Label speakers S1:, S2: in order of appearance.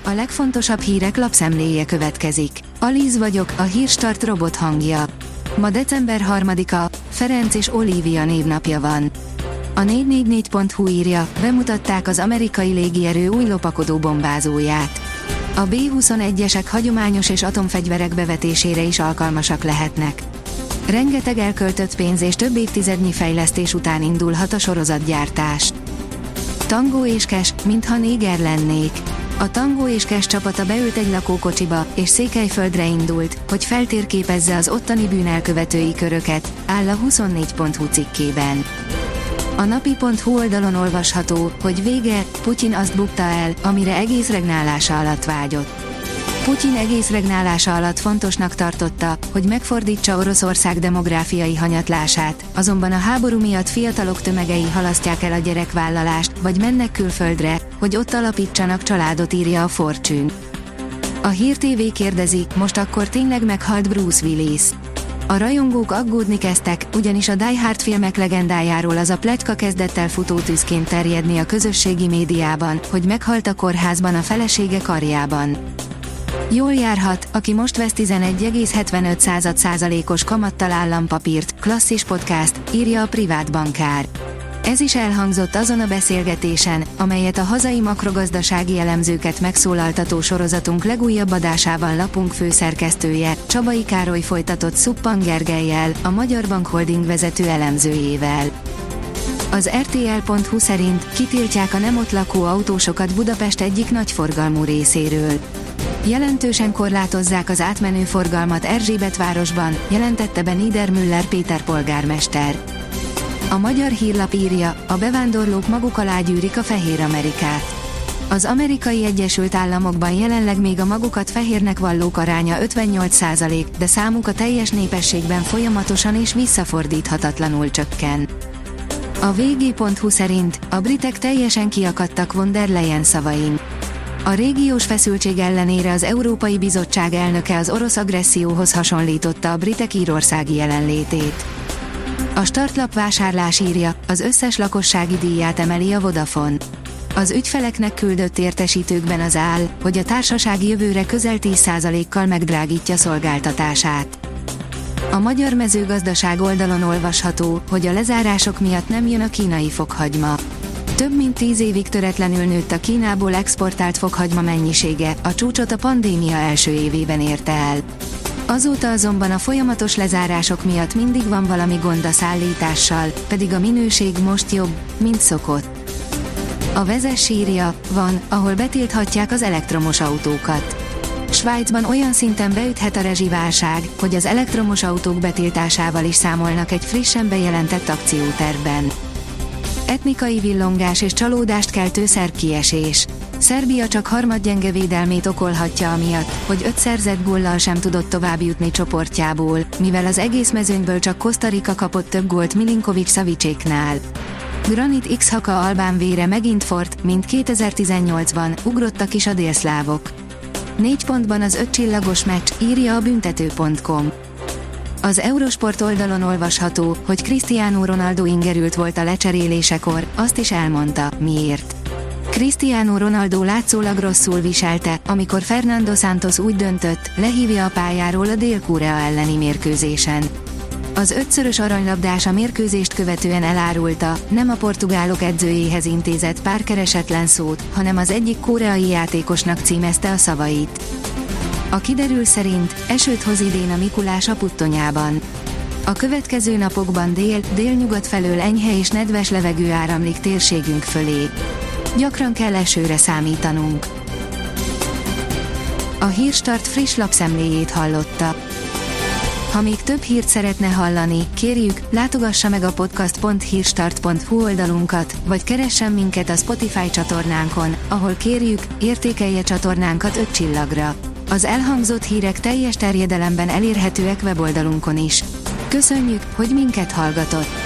S1: A legfontosabb hírek lapszemléje következik. Alíz vagyok, a Hírstart robot hangja. Ma december 3-a, Ferenc és Olivia névnapja van. A 444.hu írja, bemutatták az amerikai légierő új lopakodó bombázóját. A B-21-esek hagyományos és atomfegyverek bevetésére is alkalmasak lehetnek. Rengeteg elköltött pénz és több évtizednyi fejlesztés után indulhat a sorozatgyártás. Tango és Cash, mintha néger lennék. A Tango és Cash csapata beült egy lakókocsiba, és Székelyföldre indult, hogy feltérképezze az ottani bűnelkövetői köröket, áll a 24.hu cikkében. A napi.hu oldalon olvasható, hogy vége, Putyin azt bukta el, amire egész regnálása alatt vágyott. Putyin egész regnálása alatt fontosnak tartotta, hogy megfordítsa Oroszország demográfiai hanyatlását, azonban a háború miatt fiatalok tömegei halasztják el a gyerekvállalást, vagy mennek külföldre, hogy ott alapítsanak családot, írja a Fortune. A Hír TV kérdezi, most akkor tényleg meghalt Bruce Willis. A rajongók aggódni kezdtek, ugyanis a Die Hard filmek legendájáról az a pletyka kezdett el futótűzként terjedni a közösségi médiában, hogy meghalt a kórházban a felesége karjában. Jól járhat, aki most vesz 11,75%-os kamattal állampapírt, klasszis podcast, írja a privát bankár. Ez is elhangzott azon a beszélgetésen, amelyet a hazai makrogazdasági elemzőket megszólaltató sorozatunk legújabb adásában lapunk főszerkesztője, Csabai Károly folytatott Szuppan Gergellyel, a Magyar Bank Holding vezető elemzőjével. Az RTL.hu szerint kitiltják a nem ott lakó autósokat Budapest egyik nagyforgalmú részéről. Jelentősen korlátozzák az átmenő forgalmat Erzsébetvárosban, jelentette be Niedermüller Péter polgármester. A Magyar Hírlap írja, a bevándorlók maguk alá gyűrik a Fehér Amerikát. Az Amerikai Egyesült Államokban jelenleg még a magukat fehérnek vallók aránya 58%, de számuk a teljes népességben folyamatosan és visszafordíthatatlanul csökken. A vg.hu szerint a britek teljesen kiakadtak von der Leyen szavain. A régiós feszültség ellenére az Európai Bizottság elnöke az orosz agresszióhoz hasonlította a britek írországi jelenlétét. A startlap vásárlás írja, az összes lakossági díját emeli a Vodafone. Az ügyfeleknek küldött értesítőkben az áll, hogy a társaság jövőre közel 10%-kal megdrágítja szolgáltatását. A Magyar Mezőgazdaság oldalon olvasható, hogy a lezárások miatt nem jön a kínai fokhagyma. Több mint 10 évig töretlenül nőtt a Kínából exportált fokhagyma mennyisége, a csúcsot a pandémia első évében érte el. Azóta azonban a folyamatos lezárások miatt mindig van valami gond a szállítással, pedig a minőség most jobb, mint szokott. A Vezess írja, van, ahol betilthatják az elektromos autókat. Svájcban olyan szinten beüthet a rezsiválság, hogy az elektromos autók betiltásával is számolnak egy frissen bejelentett akciótervben. Etnikai villongás és csalódást keltő szerb kiesés. Szerbia csak harmadgyenge védelmét okolhatja amiatt, hogy 5 szerzett góllal sem tudott tovább jutni csoportjából, mivel az egész mezőnyből csak Costa Rica kapott több gólt Milinkovic-Savicséknál. Granit X-Haka albán vére megint fort, mint 2018-ban, ugrottak is a délszlávok. 4 pontban az 5 csillagos meccs, írja a büntető.com. Az Eurosport oldalon olvasható, hogy Cristiano Ronaldo ingerült volt a lecserélésekor, azt is elmondta, miért. Cristiano Ronaldo látszólag rosszul viselte, amikor Fernando Santos úgy döntött, lehívja a pályáról a Dél-Korea elleni mérkőzésen. Az 5-szörös aranylabdás a mérkőzést követően elárulta, nem a portugálok edzőjéhez intézett pár keresetlen szót, hanem az egyik koreai játékosnak címezte a szavait. A kiderül szerint esőt hoz idén a Mikulás a Puttonyában. A következő napokban délnyugat felől enyhe és nedves levegő áramlik térségünk fölé. Gyakran kell esőre számítanunk. A Hírstart friss lapszemléjét hallotta. Ha még több hírt szeretne hallani, kérjük, látogassa meg a podcast.hírstart.hu oldalunkat, vagy keressen minket a Spotify csatornánkon, ahol kérjük, értékelje csatornánkat 5 csillagra. Az elhangzott hírek teljes terjedelemben elérhetőek weboldalunkon is. Köszönjük, hogy minket hallgatott!